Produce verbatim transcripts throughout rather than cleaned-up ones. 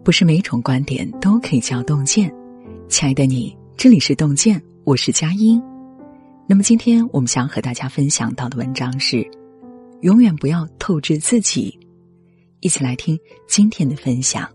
不是每一种观点都可以叫洞见。亲爱的你，这里是洞见，我是佳音。那么今天我们想和大家分享到的文章是永远不要透支自己。一起来听今天的分享。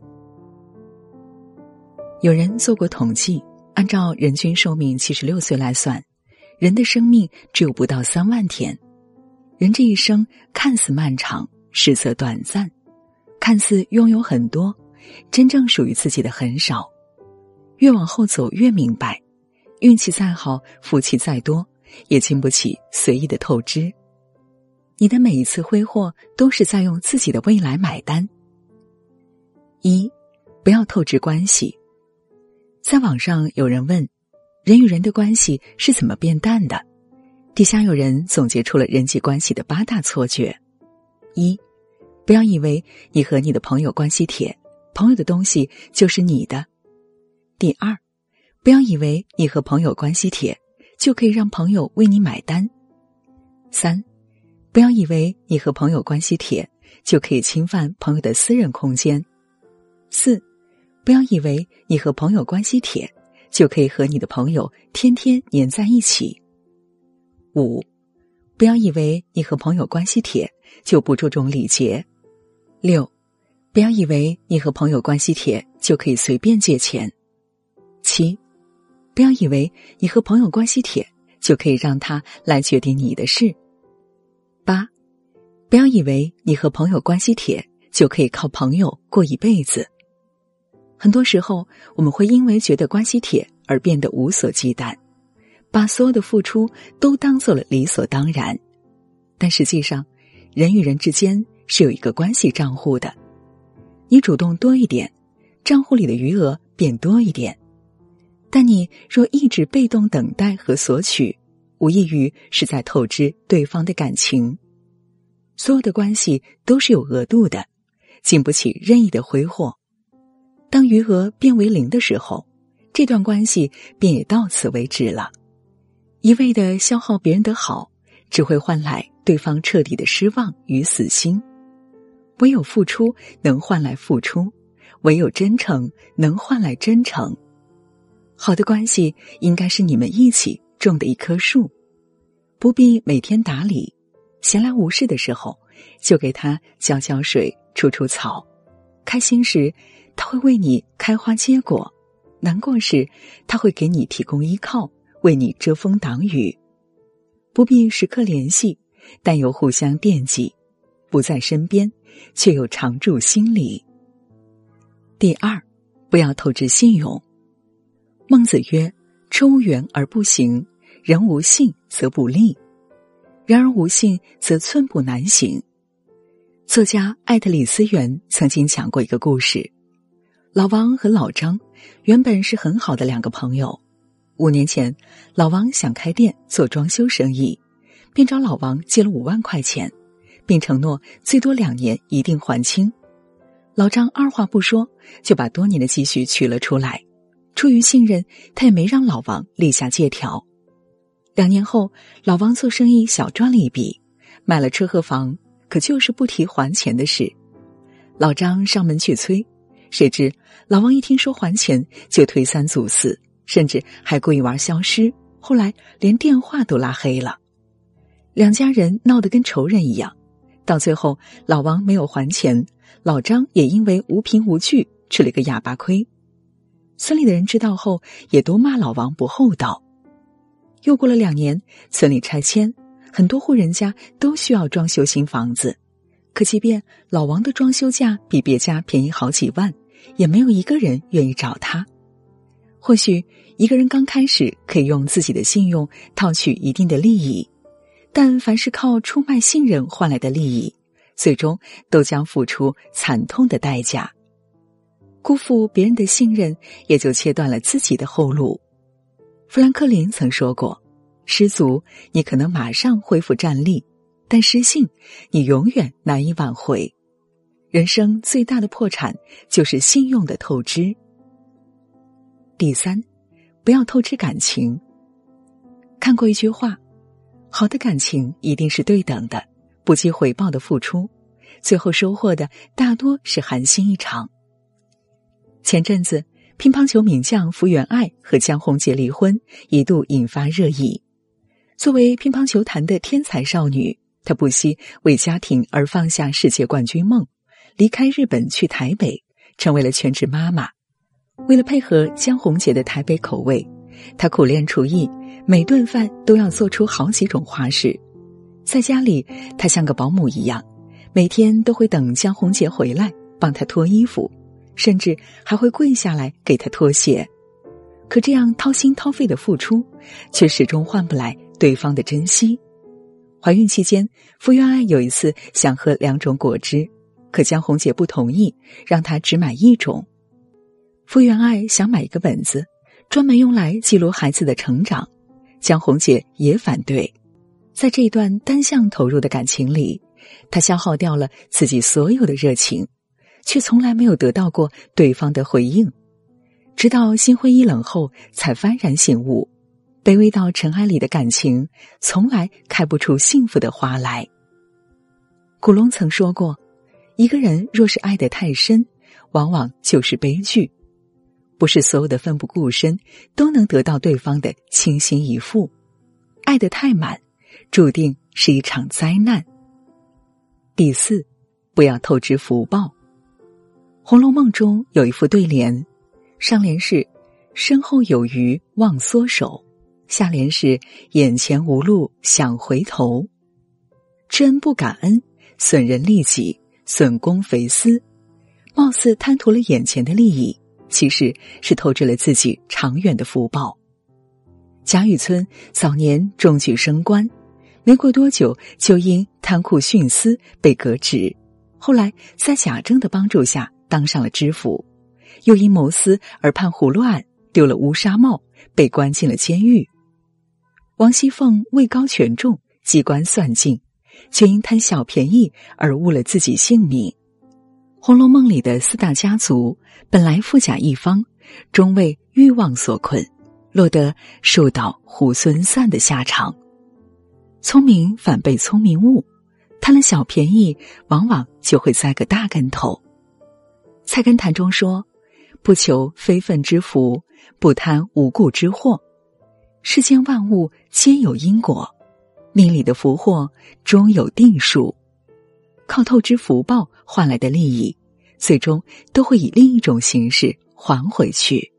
有人做过统计，按照人均寿命七十六岁来算，人的生命只有不到三万天。人这一生看似漫长，实则短暂，看似拥有很多，真正属于自己的很少。越往后走越明白，运气再好，福气再多，也经不起随意的透支。你的每一次挥霍都是在用自己的未来买单。一，不要透支关系。在网上有人问，人与人的关系是怎么变淡的？底下有人总结出了人际关系的八大错觉。一，不要以为你和你的朋友关系铁，朋友的东西就是你的。第二，不要以为你和朋友关系铁，就可以让朋友为你买单。三，不要以为你和朋友关系铁，就可以侵犯朋友的私人空间。四，不要以为你和朋友关系铁，就可以和你的朋友天天黏在一起。五，不要以为你和朋友关系铁，就不注重礼节。六，不要以为你和朋友关系铁，就可以随便借钱。七，不要以为你和朋友关系铁，就可以让他来决定你的事。八，不要以为你和朋友关系铁，就可以靠朋友过一辈子。很多时候，我们会因为觉得关系铁而变得无所忌惮，把所有的付出都当做了理所当然。但实际上，人与人之间是有一个关系账户的，你主动多一点，账户里的余额变多一点。但你若一直被动等待和索取，无异于是在透支对方的感情。所有的关系都是有额度的，经不起任意的挥霍。当余额变为零的时候，这段关系便也到此为止了。一味地消耗别人的好，只会换来对方彻底的失望与死心。唯有付出能换来付出，唯有真诚能换来真诚。好的关系应该是你们一起种的一棵树，不必每天打理，闲来无事的时候就给它浇浇水，除除草。开心时它会为你开花结果，难过时它会给你提供依靠，为你遮风挡雨。不必时刻联系，但又互相惦记，不在身边，却又常驻心里。第二，不要透支信用。孟子曰：车无辕而不行，人无信则不立，人而无信则寸步难行。作家艾特里斯园曾经讲过一个故事，老王和老张原本是很好的两个朋友。五年前，老王想开店做装修生意，便找老王借了五万块钱，并承诺最多两年一定还清。老张二话不说，就把多年的积蓄取了出来。出于信任，他也没让老王立下借条。两年后，老王做生意小赚了一笔，买了车和房，可就是不提还钱的事。老张上门去催，谁知老王一听说还钱，就推三阻四，甚至还故意玩消失，后来连电话都拉黑了。两家人闹得跟仇人一样，到最后老王没有还钱，老张也因为无凭无据吃了一个哑巴亏。村里的人知道后，也都骂老王不厚道。又过了两年，村里拆迁，很多户人家都需要装修新房子，可即便老王的装修价比别家便宜好几万，也没有一个人愿意找他。或许一个人刚开始可以用自己的信用套取一定的利益，但凡是靠出卖信任换来的利益，最终都将付出惨痛的代价。辜负别人的信任，也就切断了自己的后路。富兰克林曾说过，失足你可能马上恢复战力，但失信你永远难以挽回。人生最大的破产就是信用的透支。第三，不要透支感情。看过一句话，好的感情一定是对等的，不计回报的付出，最后收获的大多是寒心一场。 前阵子，乒乓球名将福原爱和江宏杰离婚，一度引发热议。作为乒乓球坛的天才少女，她不惜为家庭而放下世界冠军梦，离开日本去台北，成为了全职妈妈。为了配合江宏杰的台北口味，她苦练厨艺，每顿饭都要做出好几种花式。在家里，她像个保姆一样，每天都会等江宏杰回来帮他脱衣服，甚至还会跪下来给他脱鞋。可这样掏心掏肺的付出，却始终换不来对方的珍惜。怀孕期间，福原爱有一次想喝两种果汁，可江宏杰不同意，让她只买一种。福原爱想买一个本子，专门用来记录孩子的成长，江宏杰也反对。在这一段单向投入的感情里，她消耗掉了自己所有的热情，却从来没有得到过对方的回应。直到心灰意冷后，才幡然醒悟，卑微到尘埃里的感情，从来开不出幸福的花来。古龙曾说过，一个人若是爱得太深，往往就是悲剧。不是所有的奋不顾身都能得到对方的倾心以赴，爱得太满，注定是一场灾难。第四，不要透支福报。《红楼梦》中有一副对联，上联是身后有余忘缩手，下联是眼前无路想回头。知恩不感恩，损人利己，损公肥私，貌似贪图了眼前的利益，其实是透支了自己长远的福报。贾雨村早年中举升官，没过多久就因贪酷徇私被革职，后来在贾政的帮助下当上了知府，又因谋私而判葫芦案，丢了乌纱帽，被关进了监狱。王熙凤位高权重，机关算尽，却因贪小便宜而误了自己性命。《红楼梦》里的四大家族本来富甲一方，终为欲望所困，落得树倒猢狲散的下场。聪明反被聪明误，贪了小便宜，往往就会栽个大跟头。菜根谭中说，不求非分之福，不贪无故之祸。世间万物皆有因果，命里的福祸终有定数。靠透支福报换来的利益，最终都会以另一种形式还回去。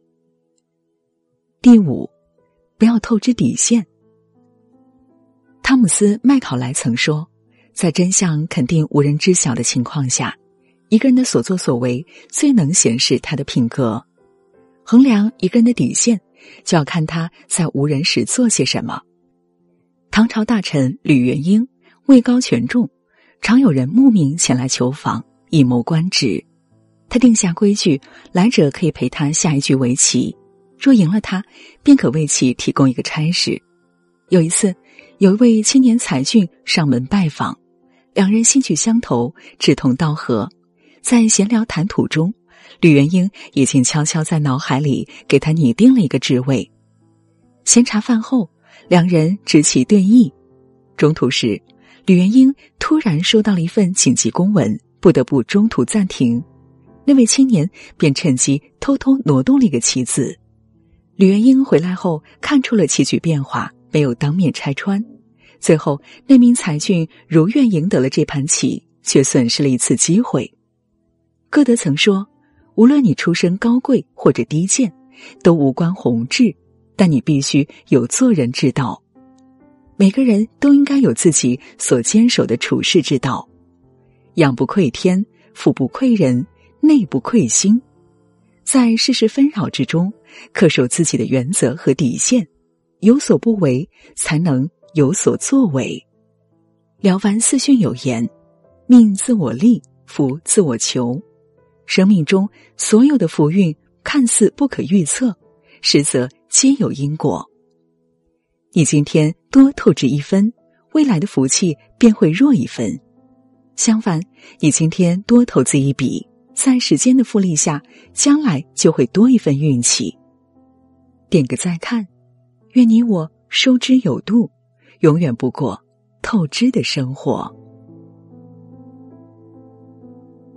第五，不要透支底线。汤姆斯·麦考莱曾说，在真相肯定无人知晓的情况下，一个人的所作所为最能显示他的品格。衡量一个人的底线，就要看他在无人时做些什么。唐朝大臣吕元英位高权重，常有人慕名前来求访，以谋官职。他定下规矩，来者可以陪他下一局围棋，若赢了他，便可为其提供一个差事。有一次，有一位青年才俊上门拜访，两人兴趣相投，志同道合。在闲聊谈吐中，吕元英已经悄悄在脑海里给他拟定了一个职位。闲茶饭后，两人执棋对弈，中途时，吕元英突然收到了一份紧急公文，不得不中途暂停。那位青年便趁机偷偷挪动了一个棋子。吕元英回来后看出了棋局变化，没有当面拆穿。最后那名才俊如愿赢得了这盘棋，却损失了一次机会。歌德曾说，无论你出身高贵或者低贱，都无关宏志，但你必须有做人之道。每个人都应该有自己所坚守的处世之道，仰不愧天，俯不愧人，内不愧心。在世事纷扰之中，恪守自己的原则和底线，有所不为，才能有所作为。了凡四训有言，命自我立，福自我求。生命中所有的福运看似不可预测，实则皆有因果。你今天多透支一分，未来的福气便会弱一分。相反，你今天多投资一笔，在时间的复利下，将来就会多一份运气。点个再看，愿你我收支有度，永远不过透支的生活。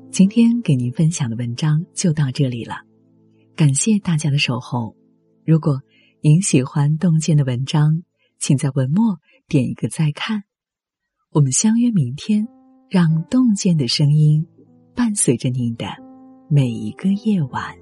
今天给您分享的文章就到这里了，感谢大家的守候。如果您喜欢洞见的文章，请在文末点一个再看。我们相约明天，让洞见的声音伴随着您的每一个夜晚。